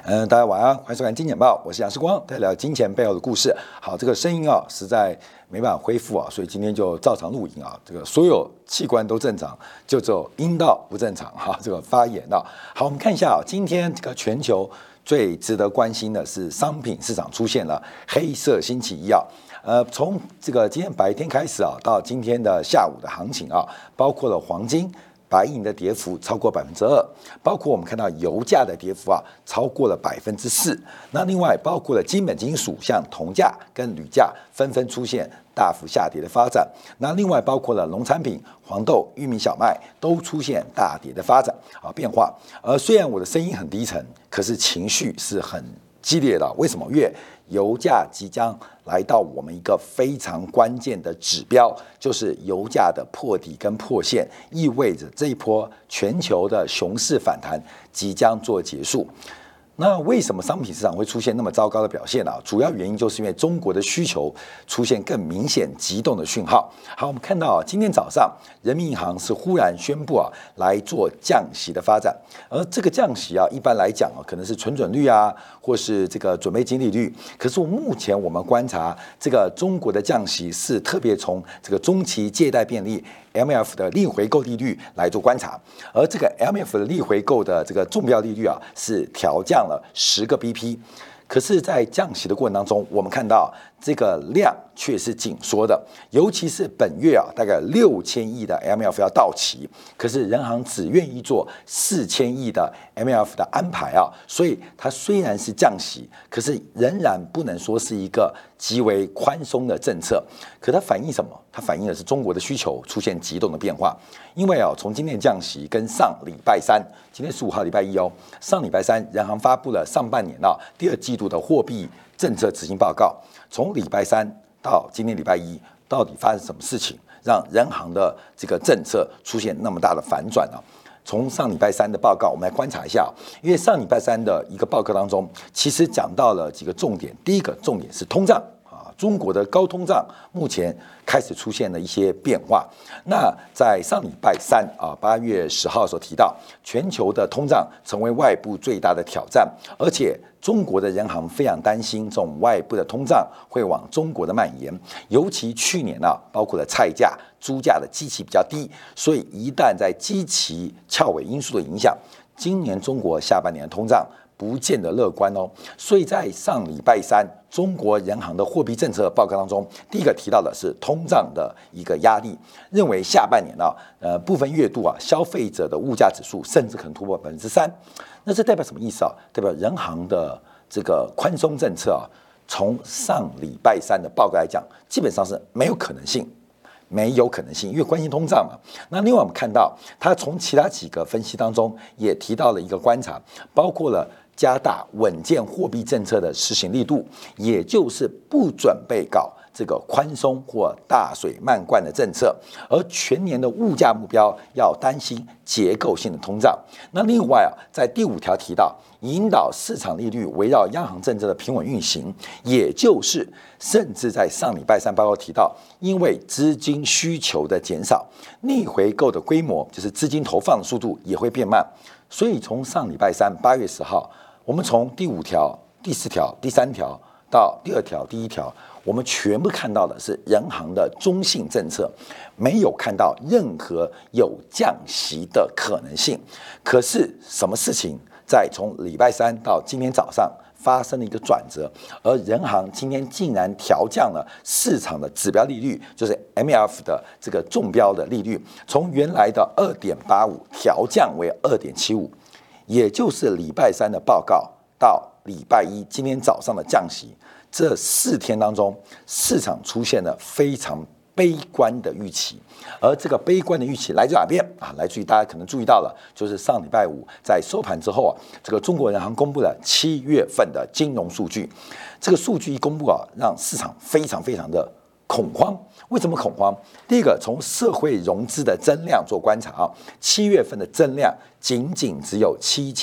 大家晚安，欢迎收看《金钱报》，我是杨世光，带聊金钱背后的故事。好，这个声音实在没办法恢复所以今天就照常录影这个所有器官都正常，就只有阴道不正常这个发炎好，我们看一下今天这个全球最值得关心的是商品市场出现了黑色星期一从这个今天白天开始到今天的下午的行情包括了黄金、白银的跌幅超过2%，包括我们看到油价的跌幅超过了4%。那另外包括了基本金属，像铜价跟铝价纷纷出现大幅下跌的发展。那另外包括了农产品，黄豆、玉米、小麦都出现大跌的发展变化。虽然我的声音很低沉，可是情绪是很激烈的。为什么？因为油价即将来到我们一个非常关键的指标，就是油价的破底跟破线，意味着这一波全球的熊市反弹即将做结束。那为什么商品市场会出现那么糟糕的表现主要原因就是因为中国的需求出现更明显急动的讯号。好，我们看到今天早上人民银行是忽然宣布来做降息的发展，而这个降息一般来讲可能是存准率或是这个准备金利率。可是目前我们观察这个中国的降息是特别从这个中期借贷便利 MLF 的逆回购利率来做观察，而这个 MLF 的逆回购的这个中标利率是调降了10个 BP。可是，在降息的过程当中，我们看到这个量却是紧缩的，尤其是本月大概6000亿的 MLF 要到期，可是人行只愿意做4000亿的 MLF 的安排所以它虽然是降息，可是仍然不能说是一个极为宽松的政策。可它反映什么？它反映的是中国的需求出现急动的变化。因为从今天的降息跟上礼拜三，今天15号礼拜一上礼拜三人行发布了上半年第二季度的货币政策执行报告。从礼拜三到今天礼拜一，到底发生什么事情，让人行的这个政策出现那么大的反转从上礼拜三的报告，我们来观察一下因为上礼拜三的一个报告当中，其实讲到了几个重点。第一个重点是通胀中国的高通胀目前开始出现了一些变化。那在上礼拜三8月10号所提到，全球的通胀成为外部最大的挑战，而且中国的人行非常担心这种外部的通胀会往中国的蔓延。尤其去年包括了菜价、猪价的基期比较低，所以一旦在基期翘尾因素的影响，今年中国下半年的通胀不见得乐观所以在上礼拜三中国人行的货币政策报告当中，第一个提到的是通胀的一个压力，认为下半年部分月度消费者的物价指数甚至可能突破3%。那这代表什么意思代表人行的这个宽松政策从上礼拜三的报告来讲，基本上是没有可能性，因为关心通胀嘛。那另外我们看到，他从其他几个分析当中也提到了一个观察，包括了加大稳健货币政策的施行力度，也就是不准备搞这个宽松或大水漫灌的政策，而全年的物价目标要担心结构性的通胀。那另外在第5条提到，引导市场利率围绕央行政策的平稳运行，也就是甚至在上礼拜三报告提到，因为资金需求的减少，逆回购的规模，就是资金投放的速度也会变慢。所以从上礼拜三8月10号，我们从第5条、第4条、第3条到第2条、第1条，我们全部看到的是人行的中性政策，没有看到任何有降息的可能性。可是什么事情在从礼拜三到今天早上发生了一个转折，而人行今天竟然调降了市场的指标利率，就是 MLF 的这个中标的利率，从原来的2.85调降为2.75，也就是礼拜三的报告到礼拜一今天早上的降息，这4天当中，市场出现了非常悲观的预期。而这个悲观的预期来自哪边来自于大家可能注意到了，就是上礼拜五在收盘之后这个中国人行公布了7月份的金融数据。这个数据一公布让市场非常的恐慌。为什么恐慌？第一个，从社会融资的增量做观察7月份的增量仅只有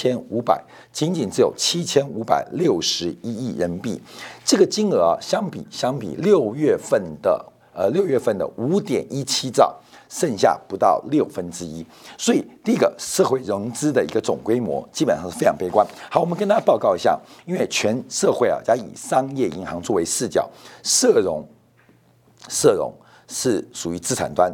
7561亿人民币，这个金额相比6月份的5.17兆， 剩下不到1/6。所以第一个社会融资的一个总规模基本上是非常悲观。好，我们跟大家报告一下，因为全社会假以商业银行作为视角，社融是属于资产端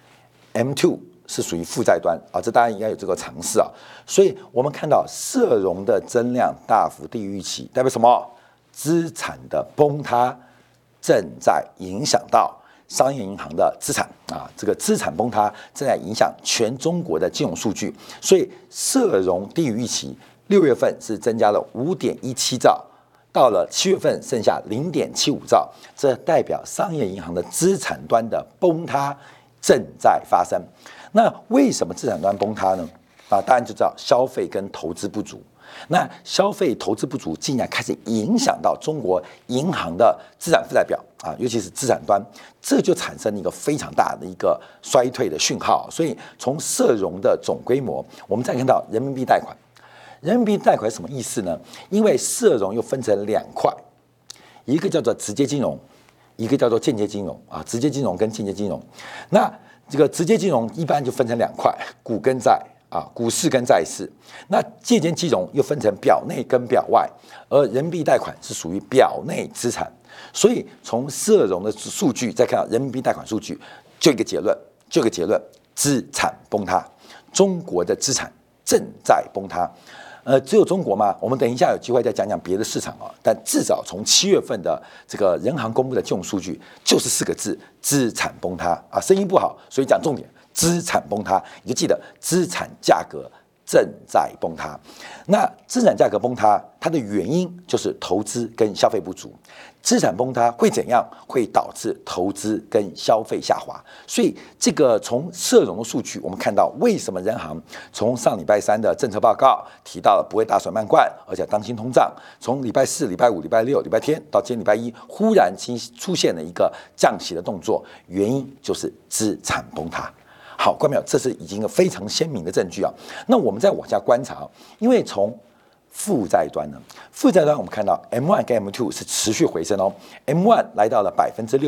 ，M2 是属于负债端啊，这大家应该有这个常识啊。所以我们看到社融的增量大幅低于预期，代表什么？资产的崩塌正在影响到商业银行的资产啊，这个资产崩塌正在影响全中国的金融数据，所以社融低于预期，6月份是增加了5.17兆。到了7月份，剩下0.75兆，这代表商业银行的资产端的崩塌正在发生。那为什么资产端崩塌呢？当然就知道消费跟投资不足。那消费投资不足，竟然开始影响到中国银行的资产负债表啊，尤其是资产端，这就产生了一个非常大的一个衰退的讯号。所以从社融的总规模，我们再看到人民币贷款。人民币贷款是什么意思呢？因为社融又分成2块，一个叫做直接金融，一个叫做间接金融啊。直接金融跟间接金融，那这个直接金融一般就分成2块，股跟债啊，股市跟债市。那间接金融又分成表内跟表外，而人民币贷款是属于表内资产。所以从社融的数据再看到人民币贷款数据，就一个结论，资产崩塌，中国的资产正在崩塌。只有中国吗？我们等一下有机会再讲讲别的市场啊。但至少从7月份的这个人行公布的金融数据，就是4个字：资产崩塌啊。声音不好，所以讲重点：资产崩塌。你就记得，资产价格正在崩塌。那资产价格崩塌，它的原因就是投资跟消费不足。资产崩塌会怎样？会导致投资跟消费下滑。所以这个从社融的数据，我们看到为什么人行从上礼拜3的政策报告提到了不会大水漫灌，而且当心通胀。从礼拜4、礼拜5、礼拜6、礼拜天到今天礼拜1，忽然出现了一个降息的动作，原因就是资产崩塌。好，观众朋友，这是已经一个非常鲜明的证据啊。那我们再往下观察，因为从负债端呢，负债端我们看到 M1 跟 M2 是持续回升哦 ，M1 来到了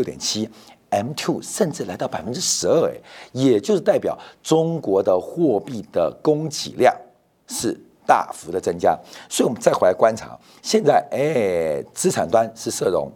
6.7%，M2 甚至来到12%，也就是代表中国的货币的供给量是大幅的增加。所以我们再回来观察，现在资产端是社融，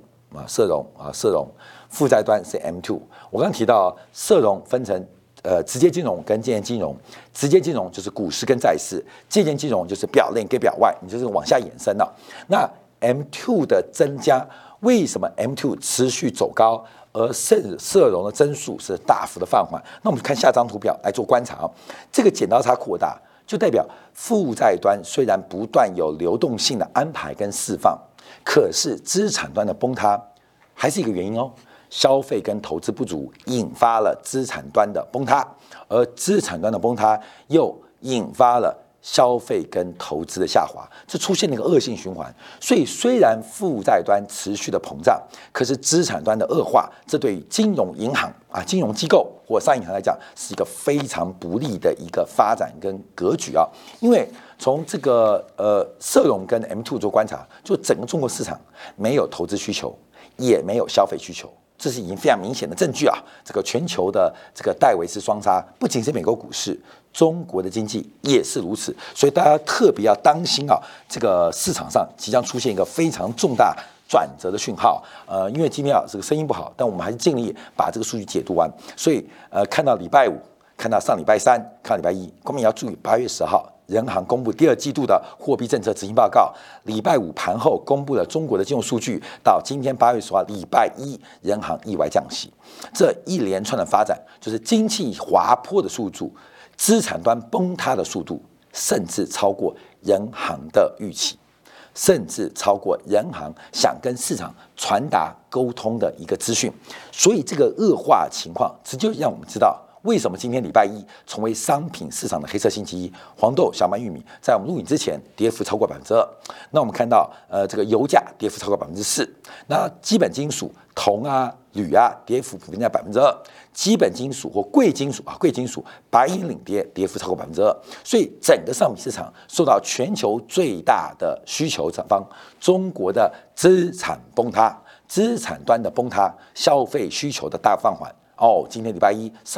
负债端是 M2。我刚刚提到社融分成直接金融跟间接金融，直接金融就是股市跟债市，间接金融就是表内跟表外，你就是往下延伸了。那 M2 的增加，为什么 M2 持续走高，而社融的增速是大幅的放缓？那我们看下张图表来做观察，这个剪刀差扩大，就代表负债端虽然不断有流动性的安排跟释放，可是资产端的崩塌还是一个原因哦。消费跟投资不足引发了资产端的崩塌，而资产端的崩塌又引发了消费跟投资的下滑，这出现了一个恶性循环。所以虽然负债端持续的膨胀，可是资产端的恶化，这对于金融银行啊、金融机构或商业银行来讲，是一个非常不利的一个发展跟格局啊。因为从这个社融跟 M2 做观察，就整个中国市场没有投资需求，也没有消费需求。这是已经非常明显的证据啊！这个全球的这个戴维斯双杀，不仅是美国股市，中国的经济也是如此。所以大家特别要当心啊！这个市场上即将出现一个非常重大转折的讯号。因为今天这个声音不好，但我们还是尽力把这个数据解读完。所以看到礼拜5，看到上礼拜3，看到礼拜1，公民要注意8月10号。人行公布第2季度的货币政策执行报告，礼拜5盘后公布了中国的金融数据，到今天8月10号，礼拜1人行意外降息，这一连串的发展就是经济滑坡的速度，资产端崩塌的速度，甚至超过人行的预期，甚至超过人行想跟市场传达沟通的一个资讯，所以这个恶化情况，这就让我们知道。为什么今天礼拜1成为商品市场的黑色星期一？黄豆、小麦、玉米在我们录影之前跌幅超过2%。那我们看到，这个油价跌幅超过4%。那基本金属铜啊、铝啊跌幅普遍在2%。基本金属或贵金属白银领跌，跌幅超过2%。所以整个商品市场受到全球最大的需求厂方中国的资产崩塌、资产端的崩塌、消费需求的大放缓。今天礼拜1上就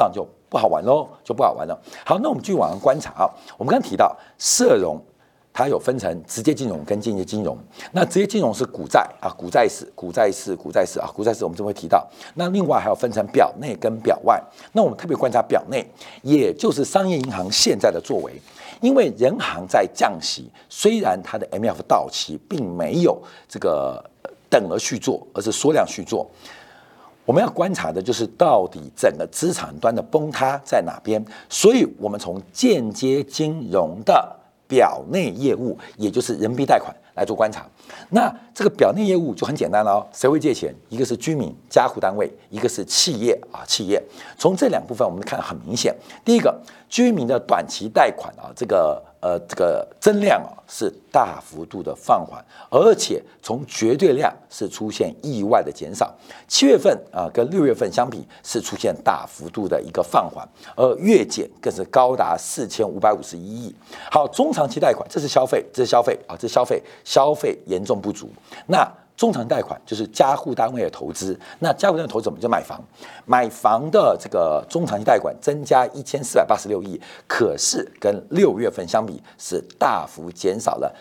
不好玩喽，就不好玩了。好，那我们继续往上观察啊。我们刚刚提到社融，它有分成直接金融跟间接金融。那直接金融是股债啊，股债市啊，股债市我们就会提到。那另外还有分成表内跟表外。那我们特别观察表内，也就是商业银行现在的作为。因为人行在降息，虽然它的 MLF 到期，并没有这个等额续做，而是缩量续做。我们要观察的就是到底整个资产端的崩塌在哪边，所以我们从间接金融的表内业务，也就是人民币贷款来做观察。那这个表内业务就很简单了哦，谁会借钱？一个是居民家户单位，一个是企业啊，企业。从这两部分我们看很明显，第一个居民的短期贷款啊，这个增量啊是大幅度的放缓，而且从绝对量是出现意外的减少。7月份啊跟6月份相比是出现大幅度的一个放缓，而月减更是高达4551亿。好，中长期贷款这是消费，啊，这是消费严重不足。那中长贷款就是家户单位的投资，那家户单位的投资怎么就买房？买房的这个中长期贷款增加1486亿，可是跟6月份相比是大幅减少了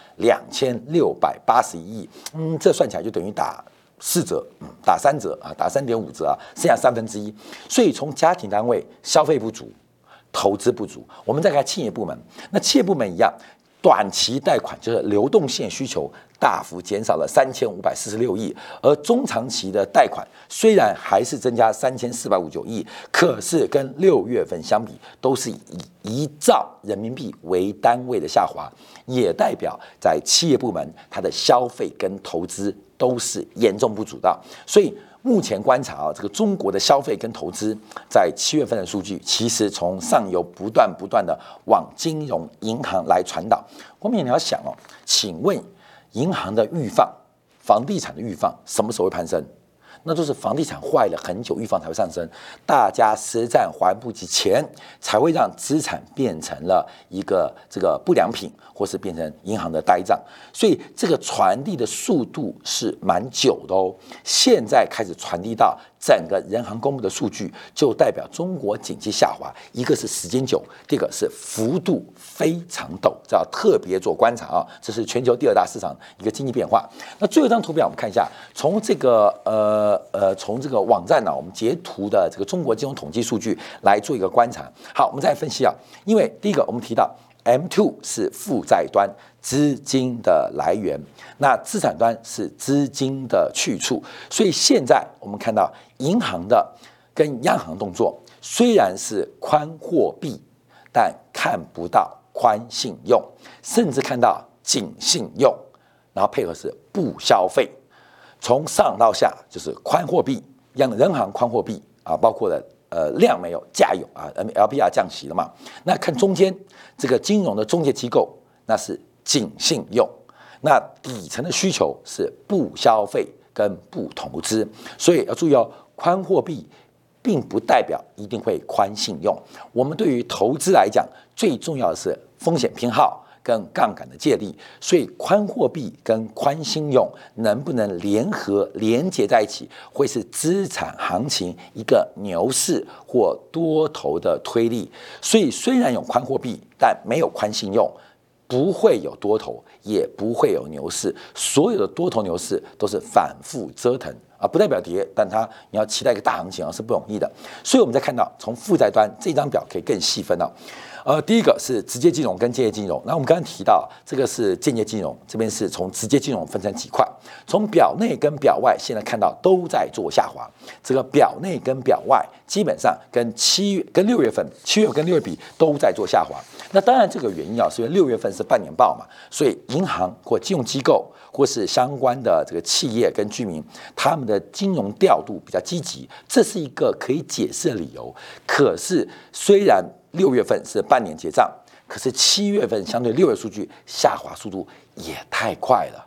2681亿。这算起来就等于打4折，打3折啊，打3.5折啊，剩下1/3。所以从家庭单位消费不足，投资不足。我们再看企业部门，那企业部门一样。短期贷款就是流动性需求大幅减少了3546亿，而中长期的贷款虽然还是增加3459亿，可是跟6月份相比都是以1兆人民币为单位的下滑，也代表在企业部门它的消费跟投资都是严重不足的，所以。目前观察啊，这个中国的消费跟投资在7月份的数据，其实从上游不断的往金融银行来传导。光明你要想哦，请问银行的预放、房地产的预放什么时候会攀升？那都是房地产坏了很久，预放才会上升。大家实战还不起钱，才会让资产变成了一个这个不良品，或是变成银行的呆账。所以这个传递的速度是蛮久的哦。现在开始传递到整个人行公布的数据，就代表中国经济下滑，一个是时间久，第二个是幅度非常陡，这要特别做观察啊。这是全球第2大市场一个经济变化。那最后一张图表我们看一下，从这个从这个网站呢，我们截图的这个中国金融统计数据来做一个观察。好，我们再来分析啊，因为第一个我们提到 M2 是负债端资金的来源，那资产端是资金的去处，所以现在我们看到银行的跟央行动作虽然是宽货币，但看不到宽信用，甚至看到紧信用，然后配合是不消费。从上到下就是宽货币，人行宽货币啊，包括了量没有，价有啊 ，LPR 降息了嘛。那看中间这个金融的中介机构，那是紧信用，那底层的需求是不消费跟不投资，所以要注意哦，宽货币并不代表一定会宽信用。我们对于投资来讲，最重要的是风险偏好跟杠杆的借力，所以宽货币跟宽信用能不能连结在一起，会是资产行情一个牛市或多头的推力。所以虽然有宽货币，但没有宽信用，不会有多头，也不会有牛市。所有的多头牛市都是反复折腾啊，不代表跌，但你要期待一个大行情啊是不容易的。所以我们在看到从负债端这张表可以更细分哦。第一个是直接金融跟间接金融，那我们刚刚提到这个是间接金融，这边是从直接金融分成几块，从表内跟表外现在看到都在做下滑，这个表内跟表外基本上跟7月跟6月份比都在做下滑。那当然这个原因啊，是因为6月份是半年报嘛，所以银行或金融机构或是相关的这个企业跟居民，他们的金融调度比较积极，这是一个可以解释的理由。可是虽然6月份是半年结账，可是7月份相对6月数据下滑速度也太快了，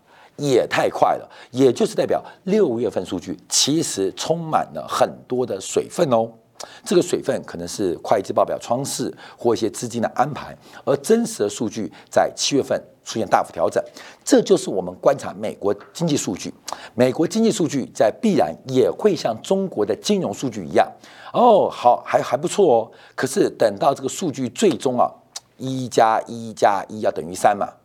也就是代表6月份数据其实充满了很多的水分哦。 这个水分可能是会计报表窗视或一些资金的安排，而真实的数据在7月份出现大幅调整。这就是我们观察美国经济数据，美国经济数据在必然也会像中国的金融数据一样，好，还不错哦。可是等到这个数据最终1+1+1要等于3嘛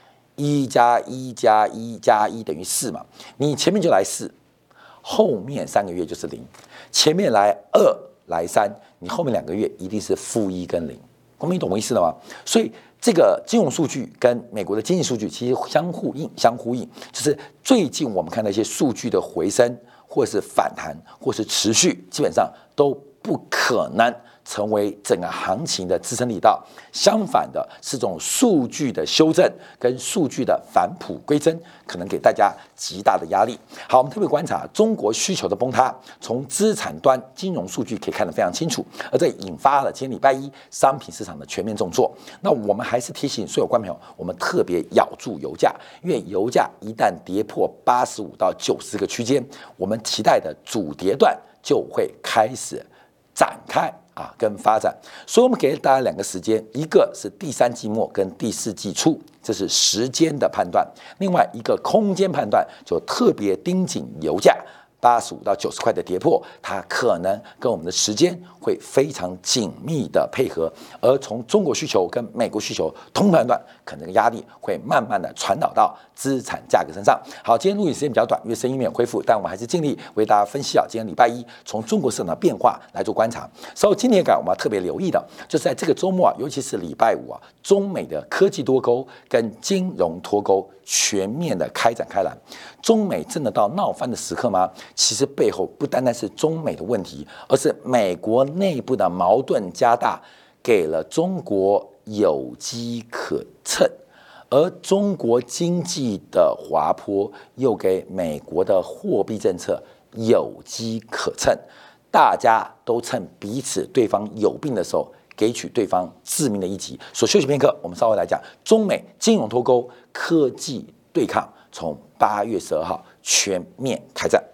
，1+1+1+1等于4嘛，你前面就来4，后面3个月就是0，前面来2来3，你后面2个月一定是-1跟0。你懂我意思了吗？所以这个金融数据跟美国的经济数据其实相呼应，就是最近我们看到一些数据的回升，或是反弹，或是持续，基本上都不可能成为整个行情的支撑力道。相反的是，这种数据的修正跟数据的返璞归真，可能给大家极大的压力。好，我们特别观察中国需求的崩塌，从资产端金融数据可以看得非常清楚，而这引发了今天礼拜一商品市场的全面重挫。那我们还是提醒所有观众朋友，我们特别咬住油价，因为油价一旦跌破85到90这个区间，我们期待的主跌段就会开始展开跟发展。所以我们给大家2个时间，一个是第3季末跟第4季初，这是时间的判断；另外一个空间判断，就特别盯紧油价85到90块的跌破，它可能跟我们的时间会非常紧密的配合。而从中国需求跟美国需求同判断，可能压力会慢慢的传导到资产价格身上。好，今天录影时间比较短，因为声音没有恢复，但我们还是尽力为大家分析今天礼拜一从中国市场的变化来做观察。所以今天我们要特别留意的，就是在这个周末尤其是礼拜五中美的科技脱钩跟金融脱钩全面的开展开来。中美真的到闹翻的时刻吗？其实背后不单单是中美的问题，而是美国内部的矛盾加大，给了中国有机可乘，而中国经济的滑坡又给美国的货币政策有机可乘，大家都趁彼此对方有病的时候，给予对方致命的一击。所以休息片刻，我们稍微来讲中美金融脱钩、科技对抗，从8月12号全面开战。